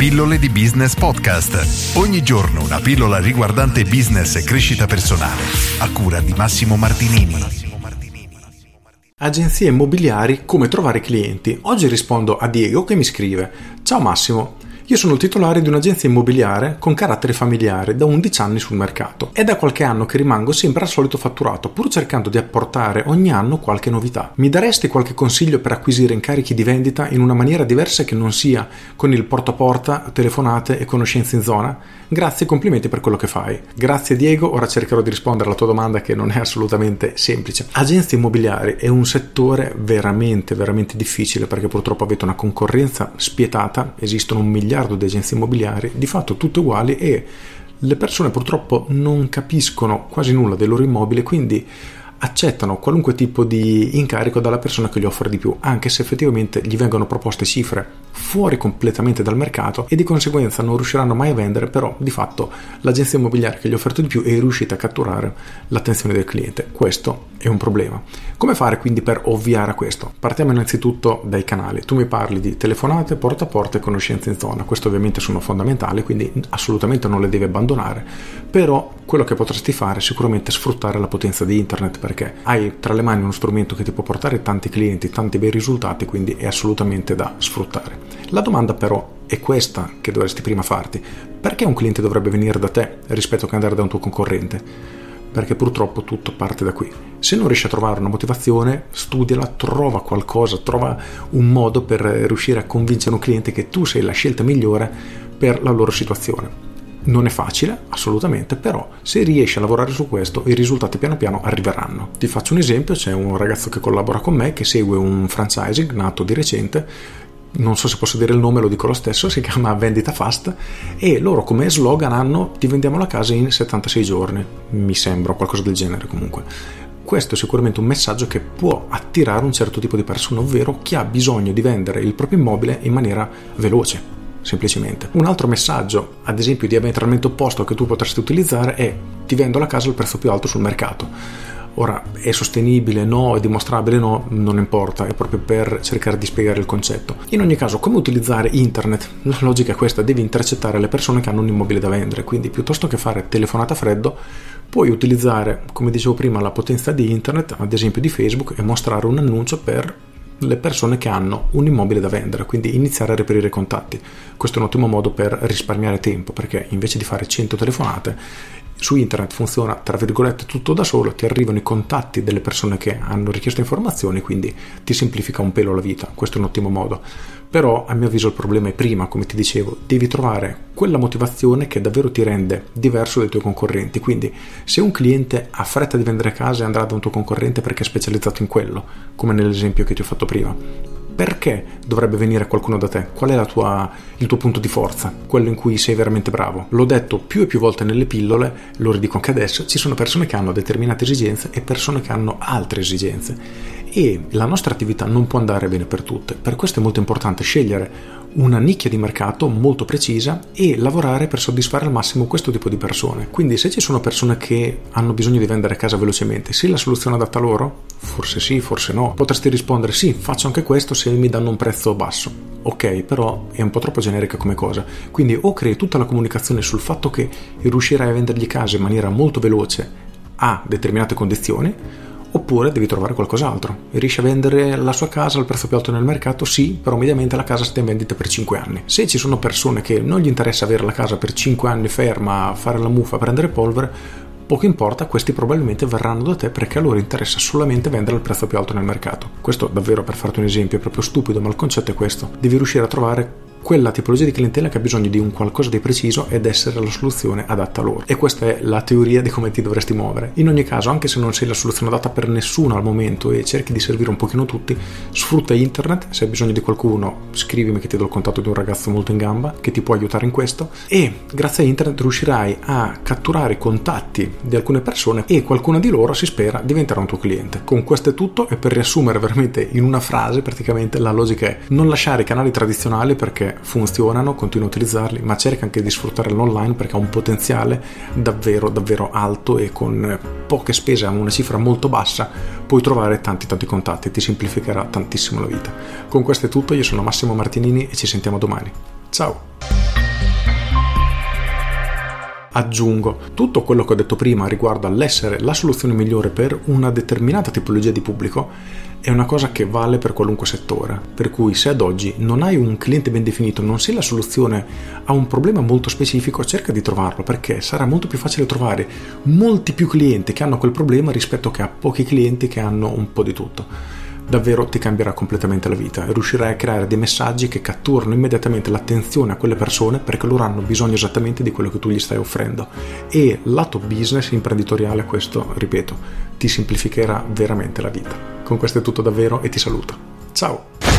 Pillole di Business Podcast. Ogni giorno una pillola riguardante business e crescita personale. A cura di Massimo Martinini. Agenzie immobiliari, come trovare clienti. Oggi rispondo a Diego che mi scrive: Ciao Massimo, io sono il titolare di un'agenzia immobiliare con carattere familiare da 11 anni sul mercato. È da qualche anno che rimango sempre al solito fatturato, pur cercando di apportare ogni anno qualche novità. Mi daresti qualche consiglio per acquisire incarichi di vendita in una maniera diversa che non sia con il porta a porta, telefonate e conoscenze in zona? Grazie e complimenti per quello che fai. Grazie Diego, ora cercherò di rispondere alla tua domanda che non è assolutamente semplice. Agenzie immobiliari è un settore veramente difficile perché purtroppo avete una concorrenza spietata, esistono 1 miliardo di agenzie immobiliari, di fatto tutte uguali, e le persone purtroppo non capiscono quasi nulla dei loro immobili, quindi accettano qualunque tipo di incarico dalla persona che gli offre di più, anche se effettivamente gli vengono proposte cifre fuori completamente dal mercato e di conseguenza non riusciranno mai a vendere, però di fatto l'agenzia immobiliare che gli ha offerto di più è riuscita a catturare l'attenzione del cliente. Questo è un problema. Come fare quindi per ovviare a questo? Partiamo innanzitutto dai canali. Tu mi parli di telefonate, porta a porta e conoscenze in zona. Questo ovviamente sono fondamentali, quindi assolutamente non le devi abbandonare, però quello che potresti fare è sicuramente sfruttare la potenza di internet, perché hai tra le mani uno strumento che ti può portare tanti clienti, tanti bei risultati, quindi è assolutamente da sfruttare. La domanda però è questa che dovresti prima farti: perché un cliente dovrebbe venire da te rispetto che andare da un tuo concorrente? Perché purtroppo tutto parte da qui. Se non riesci a trovare una motivazione, studiala, trova qualcosa, trova un modo per riuscire a convincere un cliente che tu sei la scelta migliore per la loro situazione. Non è facile, assolutamente, però se riesci a lavorare su questo i risultati piano piano arriveranno. Ti faccio un esempio: c'è un ragazzo che collabora con me che segue un franchising nato di recente, non so se posso dire il nome, lo dico lo stesso, si chiama Vendita Fast, e loro come slogan hanno: ti vendiamo la casa in 76 giorni, mi sembra, qualcosa del genere. Comunque questo è sicuramente un messaggio che può attirare un certo tipo di persona, ovvero chi ha bisogno di vendere il proprio immobile in maniera veloce, semplicemente. Un altro messaggio, ad esempio diametralmente opposto, che tu potresti utilizzare è: ti vendo la casa al prezzo più alto sul mercato. Ora, è sostenibile? No. È dimostrabile? No. Non importa, è proprio per cercare di spiegare il concetto. In ogni caso, come utilizzare internet? La logica è questa: devi intercettare le persone che hanno un immobile da vendere, quindi piuttosto che fare telefonata a freddo puoi utilizzare, come dicevo prima, la potenza di internet, ad esempio di Facebook, e mostrare un annuncio per le persone che hanno un immobile da vendere, quindi iniziare a reperire contatti. Questo è un ottimo modo per risparmiare tempo, perché invece di fare 100 telefonate su internet funziona tra virgolette tutto da solo, ti arrivano i contatti delle persone che hanno richiesto informazioni, quindi ti semplifica un pelo la vita. Questo è un ottimo modo. Però a mio avviso il problema è prima, come ti dicevo, devi trovare quella motivazione che davvero ti rende diverso dai tuoi concorrenti. Quindi se un cliente ha fretta di vendere casa e andrà da un tuo concorrente perché è specializzato in quello, come nell'esempio che ti ho fatto prima, perché dovrebbe venire qualcuno da te? Qual è il tuo punto di forza? Quello in cui sei veramente bravo? L'ho detto più e più volte nelle pillole, lo ridico anche adesso: ci sono persone che hanno determinate esigenze e persone che hanno altre esigenze, e la nostra attività non può andare bene per tutte. Per questo è molto importante scegliere una nicchia di mercato molto precisa e lavorare per soddisfare al massimo questo tipo di persone. Quindi se ci sono persone che hanno bisogno di vendere casa velocemente, sei la soluzione adatta a loro? Forse sì, forse no. Potresti rispondere: sì, faccio anche questo se mi danno un prezzo basso. Ok, però è un po' troppo generica come cosa. Quindi o crei tutta la comunicazione sul fatto che riuscirai a vendergli case in maniera molto veloce a determinate condizioni, oppure devi trovare qualcos'altro. Riesci a vendere la sua casa al prezzo più alto nel mercato? Sì, però mediamente la casa sta in vendita per 5 anni. Se ci sono persone che non gli interessa avere la casa per 5 anni ferma a fare la muffa, a prendere polvere, poco importa, questi probabilmente verranno da te perché a loro interessa solamente vendere al prezzo più alto nel mercato. Questo davvero, per farti un esempio, è proprio stupido, ma il concetto è questo: devi riuscire a trovare quella tipologia di clientela che ha bisogno di un qualcosa di preciso ed essere la soluzione adatta a loro. E questa è la teoria di come ti dovresti muovere. In ogni caso, anche se non sei la soluzione adatta per nessuno al momento e cerchi di servire un pochino tutti, sfrutta internet. Se hai bisogno di qualcuno, scrivimi che ti do il contatto di un ragazzo molto in gamba che ti può aiutare in questo, e grazie a internet riuscirai a catturare i contatti di alcune persone e qualcuna di loro, si spera, diventerà un tuo cliente. Con questo è tutto, e per riassumere veramente in una frase, praticamente la logica è: non lasciare i canali tradizionali perché funzionano, continua a utilizzarli, ma cerca anche di sfruttare l'online perché ha un potenziale davvero alto, e con poche spese, a una cifra molto bassa, puoi trovare tanti contatti e ti semplificherà tantissimo la vita. Con questo è tutto, io sono Massimo Martinini e ci sentiamo domani. Ciao! Aggiungo, tutto quello che ho detto prima riguardo all'essere la soluzione migliore per una determinata tipologia di pubblico è una cosa che vale per qualunque settore, per cui se ad oggi non hai un cliente ben definito, non sei la soluzione a un problema molto specifico, cerca di trovarlo, perché sarà molto più facile trovare molti più clienti che hanno quel problema rispetto che a pochi clienti che hanno un po' di tutto. Davvero ti cambierà completamente la vita e riuscirai a creare dei messaggi che catturano immediatamente l'attenzione a quelle persone, perché loro hanno bisogno esattamente di quello che tu gli stai offrendo. E lato business imprenditoriale, questo, ripeto, ti semplificherà veramente la vita. Con questo è tutto davvero e ti saluto. Ciao!